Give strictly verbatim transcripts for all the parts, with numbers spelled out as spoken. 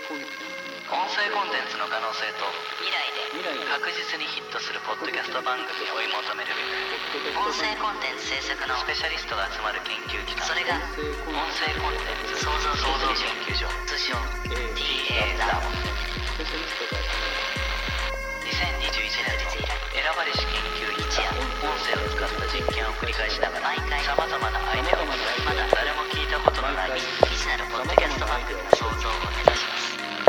声コンテンツの可能性と未来で確実にヒットするポッドキャスト番組を追い求める音声コンテンツ制作のスペシャリストが集まる研究機関、それが音声コンテンツ創造創造研究所、通称 ティーエー ラボ。にせんにじゅういちねんの選ばれし研究一夜、音声を使った実験を繰り返しながらさまざまなアイデアを持ち、まだ誰も聞いたことのない未知なるポッドキャスト番組の創造を目指します。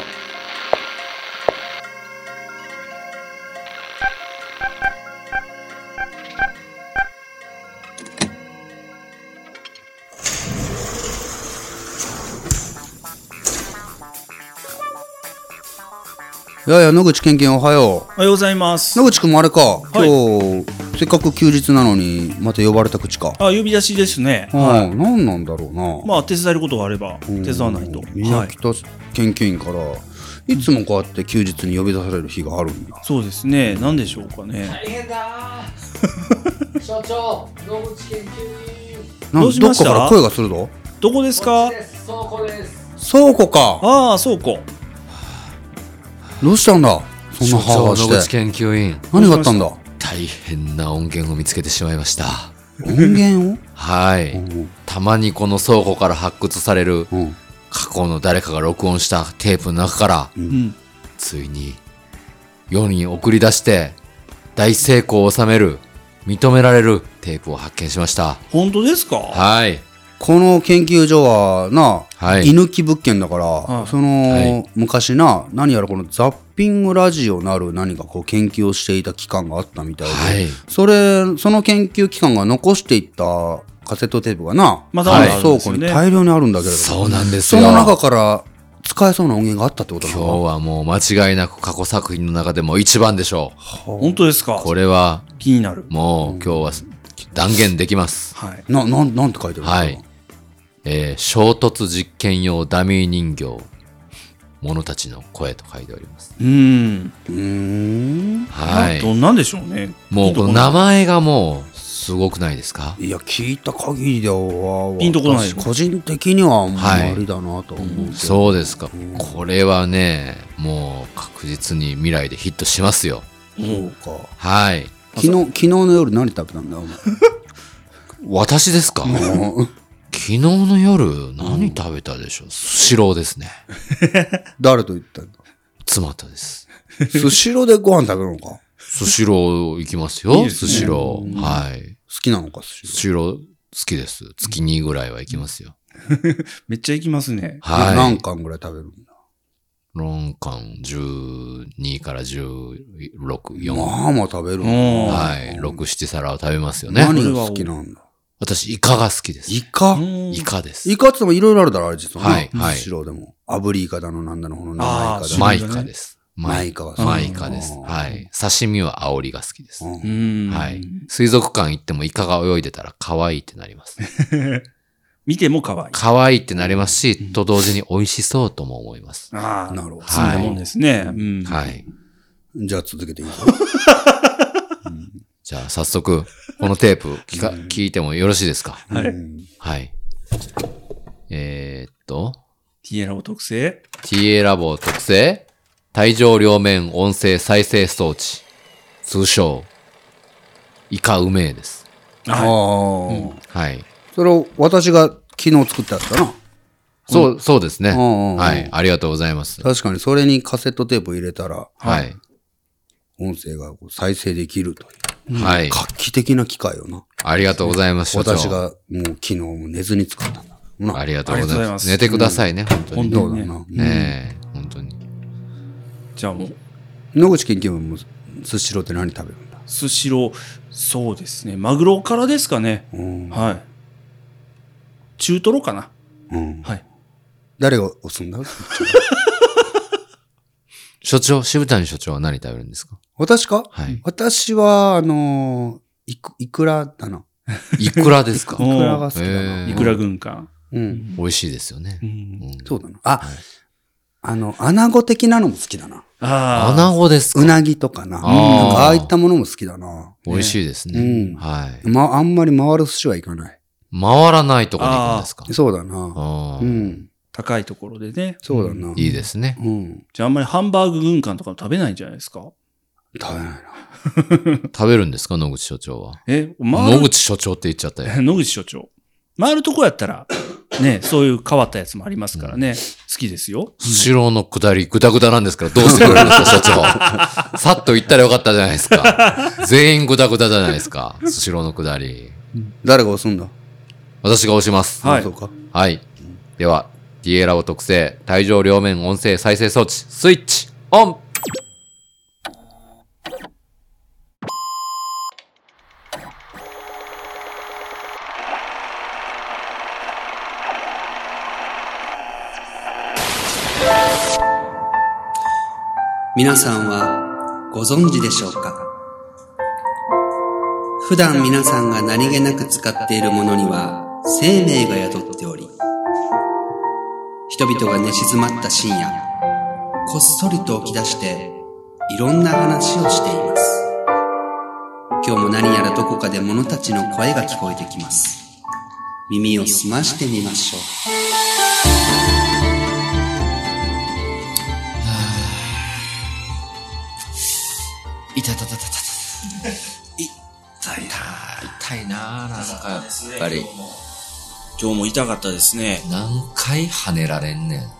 いやいや、野口健健おはよう。 おはようございます。 野口くんもあれか、 はい、 今日せっかく休日なのにまた呼ばれた口か。 あ、呼び出しですね。 はい、何なんだろうな。 まあ手伝えることがあれば手伝わないと。 宮北研究員からいつもこうやって休日に呼び出される日があるんだ。 そうですね。何でしょうかね。 大変だ所長、野口研究員。 どうしました？ どっかから声がするぞ。 どこですか？ 倉庫です。 倉庫か。 ああ、倉庫。 どうしたんだ。そんなハーハーして。 野口研究員。 何があったんだ。 大変な音源を見つけてしまいました。 音源を？ はい、うん、たまにこの倉庫から発掘される、うん、過去の誰かが録音したテープの中から、うん、ついに世に送り出して大成功を収める認められるテープを発見しました。 本当ですか？ はい。 この研究所はな、はい、居抜き物件だから、はい、その、はい、昔な何やらこのザッピングラジオなる何かこう研究をしていた期間があったみたいで、はい、それその研究機関が残していったカセットテープがな、 まだあるん倉庫に大量にあるんだけれども、 そうなんですよ。 その中から使えそうな音源があったってことなの？ 今日はもう間違いなく過去作品の中でも一番でしょう。 本当ですか？ これは気になる。 もう今日は断言できます。 はい。 な、な、なんて書いてるの？ はい。えー、衝突実験用ダミー人形者たちの声と書いております。 うーん。 うーん。 はい。 どんなんでしょうね。 もうこの名前がもうすごくないですか？ いや、聞いた限りではピンとこない。 個人的にはあんまりだなと思うけど、はいうん、 そうですか、うん。これはね、もう確実に未来でヒットしますよ。 そうか。 はい。 昨日昨日の夜何食べたんだお前。 私ですか？昨日の夜何食べたでしょう、うん、スシローですね。 誰と言ったんだ？ 妻とです。 スシローでご飯食べるのか？ スシロー行きますよ。いいですね、スシロー。はい。 好きなのか？スシロー。 スシロー好きです。月にぐらいは行きますよ。 めっちゃ行きますね。 はい。何貫ぐらい食べるんだ？ 何貫じゅうにからじゅうろく、よん。 まあまあ食べるんだ。 はい。ろく、なな皿を食べますよね。 何が好きなんだ？ 私、イカが好きです。 イカ？ イカです。 イカって言ってもいろいろあるだろ、あれ実は。 はい。はい。 スシローでも。炙りイカだの、なんだの、この生イカだの。 マイカです。 マイカが好き。マイカです。はい。刺身はアオリが好きです。 うん。 はい。水族館行ってもイカが泳いでたら可愛いってなります。 見ても可愛い。 可愛いってなりますし、と同時に美味しそうとも思います。 ああ、なるほど。 そういうもんですね。うん。 はい。 じゃあ続けていいぞ。 じゃあ早速、このテープ聞か、聞いてもよろしいですか？ はい。 はい。えー、っと。 ティーエー ラボ特製ティーエー ラボ特製帯状両面音声再生装置。通称、イカうめえです。 ああ、うん。 はい。 それを私が昨日作ったやつだな。 そう、そうですね。はい。ありがとうございます。 確かにそれにカセットテープを入れたら、 はい。 音声が再生できるという。 はい。 画期的な機械よな。 ありがとうございます。 私がもう昨日寝ずに作ったんだ。 ありがとうございます。寝てくださいね、本当に。 本当だな。 ねえ、本当に。 じゃあもう。 野口研究員もスシローって何食べるんだ？ スシロー、そうですね。マグロからですかね。はい。中トロかな。 うん。 はい。 誰が押すんだ？ 所長、渋谷所長は何食べるんですか？ 私か？ はい。 私は、あのー、いく、いくらだな。 いくらですか？ いくらが好きだな。 いくら軍艦。 うん。 美味しいですよね。 うん。 そうだな。あ、あの、穴子的なのも好きだな。 ああ。穴子ですか？ うなぎとかな。ああ。ああいったものも好きだな。 美味しいですね。うん。はい。 ま、あんまり回る寿司はいかない。 回らないとこに行くんですか？ そうだな。 うん。 高いところでね。 そうだな。 いいですね。 うん。 じゃああんまりハンバーグ軍艦とか食べないんじゃないですか？ 食べないな。 食べるんですか、野口所長は。 え、 野口所長って言っちゃったよ。 野口所長。回るとこやったら、ね、そういう変わったやつもありますからね。好きですよ。 スシローの下り、ぐだぐだなんですから、どうしてくれるんですか、所長。さっと言ったらよかったじゃないですか。全員ぐだぐだじゃないですか、スシローの下り。 誰が押すんだ？ 私が押します。 はい。 そうか。 はい。では、ティエラボ特製、体上両面音声再生装置、スイッチ、オン！ 皆さんはご存知でしょうか？普段皆さんが何気なく使っているものには生命が宿っており、人々が寝静まった深夜、こっそりと起き出していろんな話をしています。今日も何やらどこかで物たちの声が聞こえてきます。耳を澄ましてみましょう。 痛いたたたたた。痛いな痛いななんかやっぱり。 今日も痛かったですね。 何回跳ねられんねん。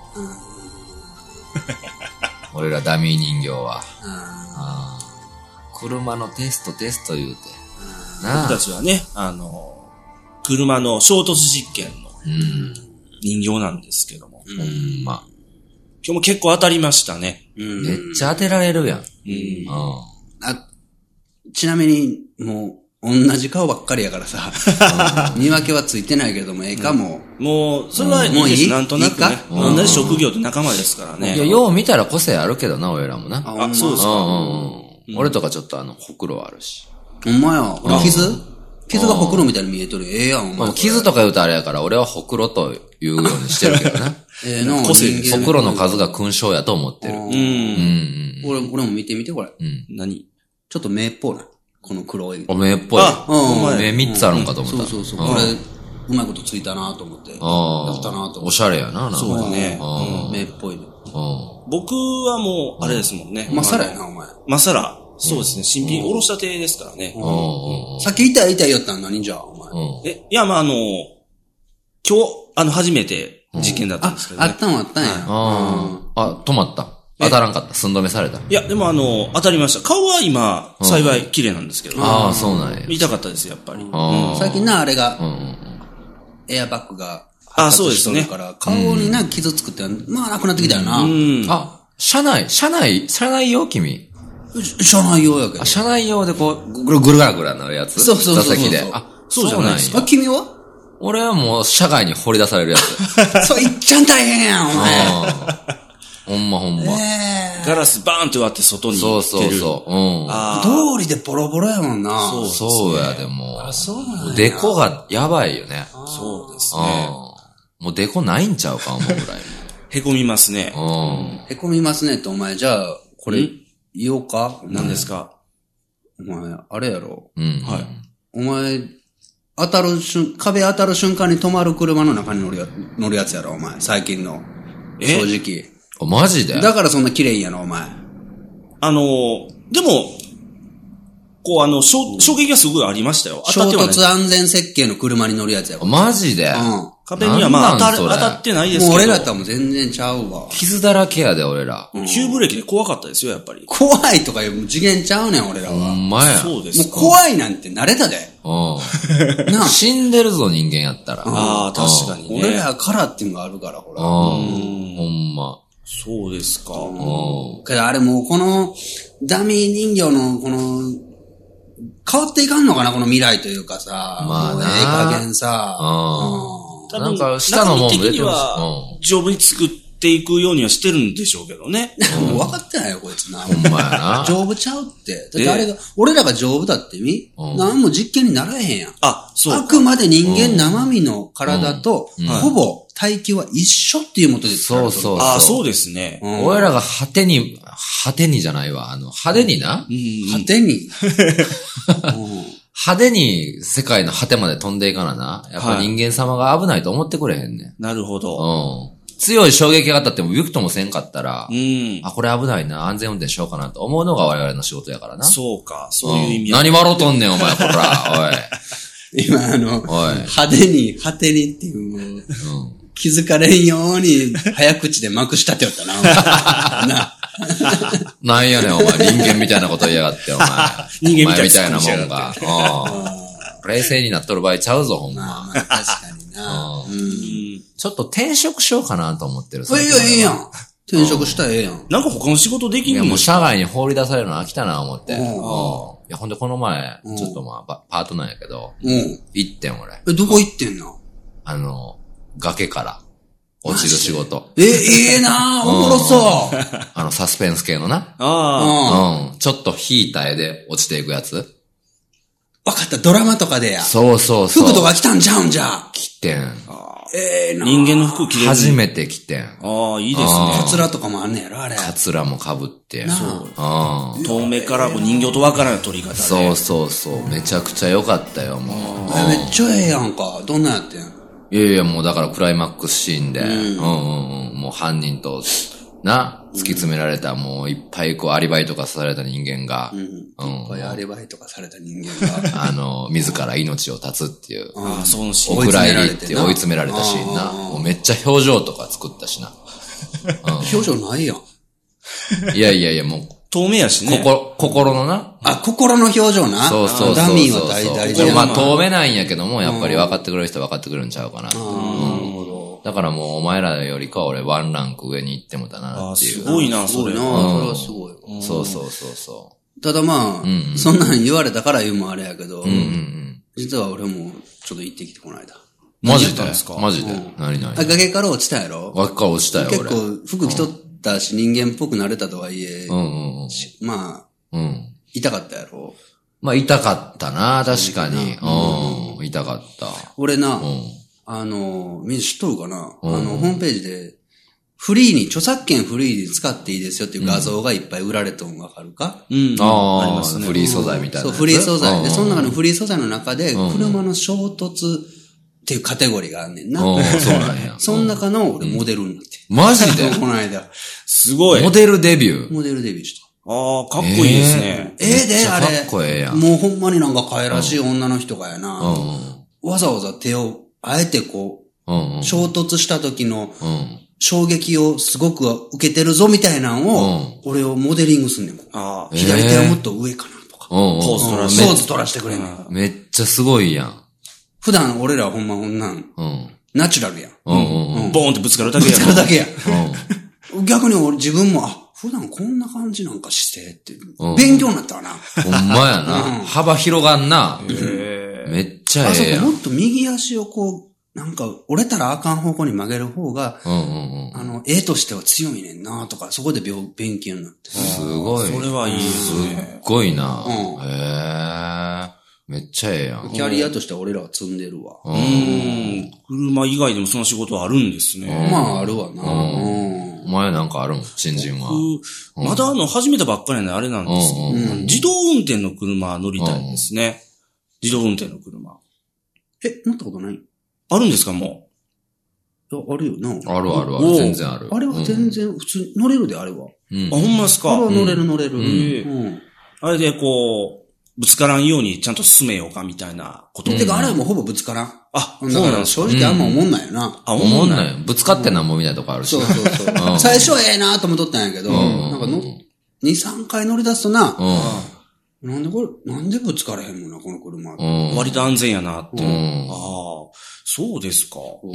俺らダミー人形は。あ車のテストテスト言うて。 僕たちはね、あの、車の衝突実験の人形なんですけども。 ほんま。 今日も結構当たりましたね。 めっちゃ当てられるやん。 うんあ、ちなみに、もう、同じ顔ばっかりやからさ、見分けはついてないけども、ええかも。 もう、それはいいです。なんとなくね。同じ職業と仲間ですからね。 いや、よう見たら個性あるけどな、俺らもな。 あ、そうですか。 うんうん。俺とかちょっとあの、ほくろあるし。 ほんまや。傷傷がほくろみたいに見えとる。ええやん、お前。 傷とか言うとあれやから、俺はほくろと言うようにしてるけどな。 ええな、 個性です。 ほくろの数が勲章やと思ってる。うん。 うん俺、俺も見てみて、これ。 うん。 何ちょっと目っぽいな。この黒い。 お目っぽい。 あ、 うん。 目三つあるんかと思った。 そうそうそう。これ、うまいことついたなと思って。やったなと思って。 おしゃれやな、なんか。 そうだね。 目っぽいの。 僕はもう、あれですもんね。 まさらやな、お前。 まさら。そうですね。新品おろしたてですからね。 さっき痛い痛い言ったの何じゃあ、お前。 え、いや、まあ、あの、今日、あの、初めて実験だったんですけどね。 あったんはあったんや。 あ、止まった。当たらんかった。寸止めされた。 いや、でもあの、当たりました。顔は今、幸い綺麗なんですけど。 ああ、そうなんや。 痛かったです、やっぱり。 最近な、あれが、エアバッグが発達してるから、顔にな、傷つくってまあなくなってきたよな。 あ、車内、車内、車内用君車内用やけど。 車内用でこう、ぐるぐるぐらぐらなるやつ。 そうそうそう。 座席で。あ、そうじゃないですか。君は俺はもう、車外に掘り出されるやつ。 そう、いっちゃん大変やん、お前。 ほんまほんま。 ガラスバーンって割って外に出る。 そうそうそう。うん。 通りでボロボロやもんな。 そうそうや、でも。 あ、そうなんや。 デコがやばいよね。 そうですね。 もうデコないんちゃうか、思うぐらい。 へこみますね。 へこみますねって、お前、じゃあ、これ、言おうか？ 何ですか？ お前、あれやろ。 うん。 はい。 お前、当たる瞬、壁当たる瞬間に止まる車の中に乗るや、乗るやつやろ、お前。最近の。正直。 マジで？ だからそんな綺麗やな、お前。 あのー、でも、こうあの、衝撃がすごいありましたよ。 衝突安全設計の車に乗るやつや。 マジで？ うん。 壁にはまあ当たる、当たってないですけど。 もう俺らとはもう全然ちゃうわ。 傷だらけやで、俺ら。 急ブレーキで怖かったですよ、やっぱり。 怖いとかいう次元ちゃうねん、俺らは。 ほんまや。 そうです。 もう怖いなんて慣れたで。 うん。な死んでるぞ、人間やったら。 ああ、確かにね。 俺らからっていうのがあるから、ほら。 うん。ほんま。 そうですか。 うん。けどあれもうこの、ダミー人形のこの、変わっていかんのかな、この未来というかさ。 まあな。 ええ加減さ。 うん。 なんか、下のもんも出てます。 丈夫に作っていくようにはしてるんでしょうけどね。 もう分かってないよ、こいつな。 ほんまやな。 丈夫ちゃうって。だってあれが、俺らが丈夫だってみ何も実験にならへんやん。 あ、そう。 あくまで人間生身の体と、ほぼ体型は一緒っていうもとで作られてる。そうそう。 あ、そうですね。 俺らが果てに、果てにじゃないわ。あの、派手にな。 果てに。 派手に世界の果てまで飛んでいかなな。やっぱ人間様が危ないと思ってくれへんねん。 なるほど。 うん。 強い衝撃があったってもビクともせんかったら、 うん。 あ、これ危ないな、安全運転しようかなと思うのが我々の仕事やからな。 そうか、そういう意味、 うん、何笑うとんねん、お前、こら、 おい。今、あの、 おい派手に、果てにっていう、もう、うん、気づかれんように、早口でまくしたってよったな。な。 なんやねん、お前、人間みたいなこと言いやがって、お前。 人間みたいなもんが。冷静になっとる場合ちゃうぞ、ほんま。 まあ、まあ、確かにな。うん。 ちょっと転職しようかなと思ってる。 いやいや、いいやん。転職したらええやん。 なんか他の仕事できんの？ いや、もう社外に放り出されるの飽きたな、思って。うん。いや、ほんでこの前、ちょっとまあ、パートなんやけど、うん。行ってん、俺。 え、どこ行ってんの？ あの、崖から落ちる仕事。 え、ええなぁ、おもろそう。 あの、サスペンス系のな。 ああ。うん。ちょっと引いた絵で落ちていくやつ。 わかった、ドラマとかでや。 そうそうそう。 服とか着たんちゃうんじゃ。 着てん。 ええな。 人間の服着れる。 初めて着てん。 ああ、いいですね。 カツラとかもあんねやろ、あれ。 カツラも被って。 そう。 遠目からこう人形とわからない撮り方で。 そうそうそう。めちゃくちゃ良かったよ、もう。 え、めっちゃええやんか。どんなんやってん？ いやいや、もうだからクライマックスシーンで、うん、うんうんうんもう犯人と、な、突き詰められた、もういっぱいこうアリバイとかされた人間が、うん。うん、いっぱいアリバイとかされた人間が、 あの、自ら命を絶つっていう、 ああ、そのシーン。 お蔵入りって追い詰められたシーンな。もうめっちゃ表情とか作ったしな。 うん、表情ないやん。 いやいやいや、もう、 透明やしね。 心、心のな。 あ、心の表情な。 そうそうそうそう。 ダミーは大体じゃん。 まあ、透明なんやけども、やっぱり分かってくれる人は分かってくれるんちゃうかな。 なるほど。 だからもう、お前らよりかは俺ワンランク上に行ってもだなっていう。 あ、すごいな、それ。 それはすごい。 そうそうそうそう。 ただまあ、うんうん、そんなん言われたから言うもあれやけど、 うんうんうん、 実は俺もちょっと行ってきてこないだ。 マジでマジで、うん、何何あ、崖から落ちたやろ？ 崖から落ちたよ、俺。 結構服着とったし、人間っぽくなれたとはいえ、 うんうんうん、 まあ、 うん、 痛かったやろ？ まあ、痛かったな、確かに。うん、うん、痛かった。 俺な、うん、あの、みんな知っとるかな、うん、あの、ホームページで、フリーに、著作権フリーに使っていいですよっていう画像がいっぱい売られとんわかるか？ うん。ああ、ありますね。フリー素材みたいな。 そう、フリー素材。で、その中のフリー素材の中で、車の衝突っていうカテゴリーがあんねんな。 そうなんや。 その中の俺モデルになって。 マジでこの間。 すごい。 モデルデビュー。 モデルデビューした。 ああ、かっこいいですね。 ええで、あれ。 かっこええやん。 もうほんまになんか可愛らしい女の人がやな。わざわざ手を、あえてこう、衝突した時の、衝撃をすごく受けてるぞみたいなのを、俺をモデリングすんねん。ああ。左手はもっと上かなとか。ポーズ取らして。ポーズ取らしてくれんねん。 めっちゃすごいやん。 普段俺らはほんまこんなん、ナチュラルやん。 ボーンってぶつかるだけやん。 ぶつかるだけやん。逆に俺自分も、あ、普段こんな感じなんか姿勢って、勉強になったわな。 ほんまやな。幅広がんな。めっちゃええやん。 あそこもっと右足をこう、なんか、折れたらあかん方向に曲げる方が、 うんうんうん、 あの、絵としては強いねんなとか、そこで勉強になって。 すごい。 それはいいですね。 すっごいな。うん、へえ。めっちゃええやん。 キャリアとしては俺らは積んでるわ。 うん。車以外でもその仕事はあるんですね。 まあ、あるわな。うん。 お前なんかあるん新人は。 まだあの、始めたばっかりのあれなんですけど、自動運転の車乗りたいんですね。自動運転の車。 え、乗ったことない？ あるんですか、もう。いや、あるよな。 あるあるある。全然ある。 あれは全然、普通に乗れるで、あれは。 うん。あ、ほんまですか？ あれは乗れる乗れる。うん。 あれでこう、ぶつからんようにちゃんと進めようかみたいなこと。 てか、あれはもうほぼぶつからん。 あ、 だから正直あんま思んないよな。 あ、思んない。ぶつかってなんもみたいなとこあるし。 そうそうそう。最初はええなと思っとったんやけど、なんかの、に、さんかい乗り出すとな、なんでこれ、なんでぶつかれへんのな、この車。 割と安全やなって。ああ、そうですか。 うん。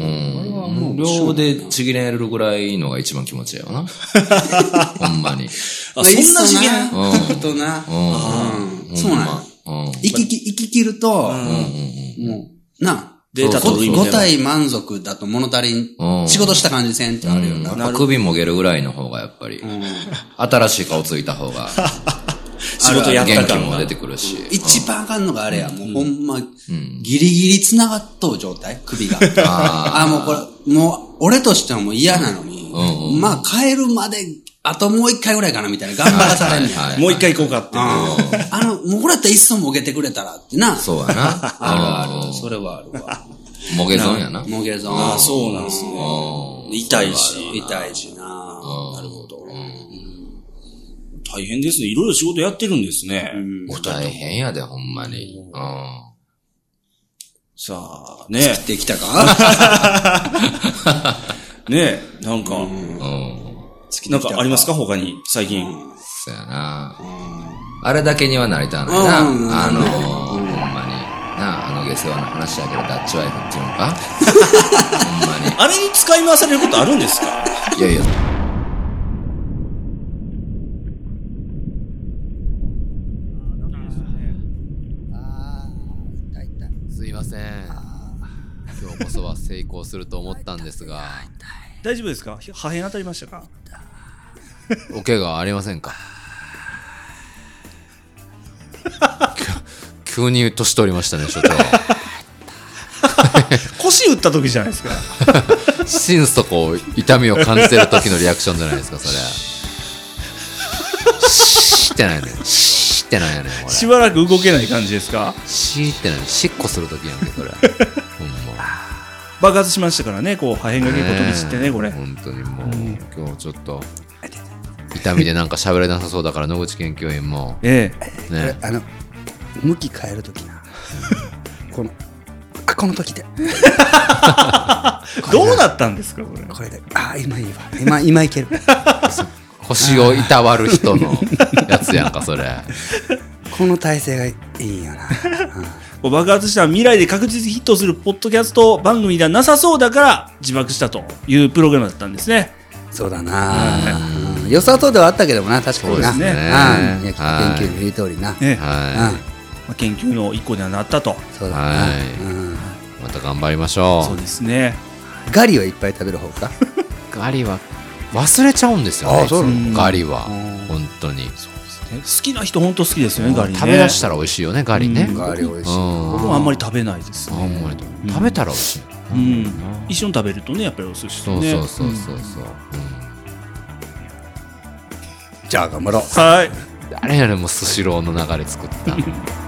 両でちぎれるぐらいのが一番気持ちいいよな。ほんまに。 あ、そんな次元うん。とな。うん。そうなんや。生きき、生き切ると、もう、な、 データ取る意味でご体満足だと物足りん、仕事した感じせんってあるよな。 首もげるぐらいの方がやっぱり、新しい顔ついた方が、 仕事やった元気も出てくるし。 一番あかんのがあれや、もうほんま、ギリギリ繋がっとう状態首が。ああ、もうこれ、もう、俺としてはもう嫌なのに、まあ帰るまで、あともう一回ぐらいかなみたいな頑張らされんねん。 もう一回行こうかって。 あの、もうこれやったらいっそもげてくれたらってな。 そうやな。 あるある。それはあるわ。 もげ損やな。 もげ損。 ああ、そうなんですね。 痛いし。 痛いしな。 なるほど。大変ですね。いろいろ仕事やってるんですね。 大変やで、ほんまに。うん。 さあ、ね。 作ってきたかねえ、なんか、うん。なんかありますか他に、最近。 そうやな。あれだけにはなりたないな。あの、ほんまに。なあ、あの下世話の話やけど、ダッチワイフっていうのかほんまに。 あれに使い回されることあるんですか？ いやいや。すいません。今日こそは成功すると思ったんですが。 大丈夫ですか？破片当たりましたか？ お怪我ありませんか？急に年取りましたね、所長。 腰打った時じゃないですか。 心底痛みを感じてる時のリアクションじゃないですか、それ。シーってないね。シーってないよね、これ。 しばらく動けない感じですか？ シーってない。しっこする時やんけ、それ。ほんま。 爆発しましたからね、こう破片が結構飛び散ってね、これ。 本当にもう、うん、今日ちょっと痛みでなんか喋れなさそうだから、野口研究員も。 ええ。 ね。あの向き変えるときな。このあこの時で。 どうなったんですかこれ。 これであ今いいわ今今いける。 腰をいたわる人のやつやんかそれ。 この体勢がいいんよな。 うん、爆発した未来で確実にヒットするポッドキャスト番組ではなさそうだから自爆したというプログラムだったんですね。 そうだな。うん、良さそうではあったけどもな、確かにな。 そうですね。 うん、研究の言う通りな。 はい。まあ、研究の一個にはなったと。 そうだはい、うん、また頑張りましょう。 そうですね。 ガリはいっぱい食べる方か。 ガリは忘れちゃうんですよね。 あ、そうなの。ガリは本当に。 そうですね。好きな人本当好きですよね、ガリね。 食べ出したら美味しいよね、ガリね。 ガリ美味しい。 僕もあんまり食べないですね。 あんまり食べたら美味しい。 うん。一緒に食べるとね、やっぱりお寿司とね。 そうそうそうそうそう。 じゃあ頑張ろう。 はい。 誰やねんもうスシローの流れ作った。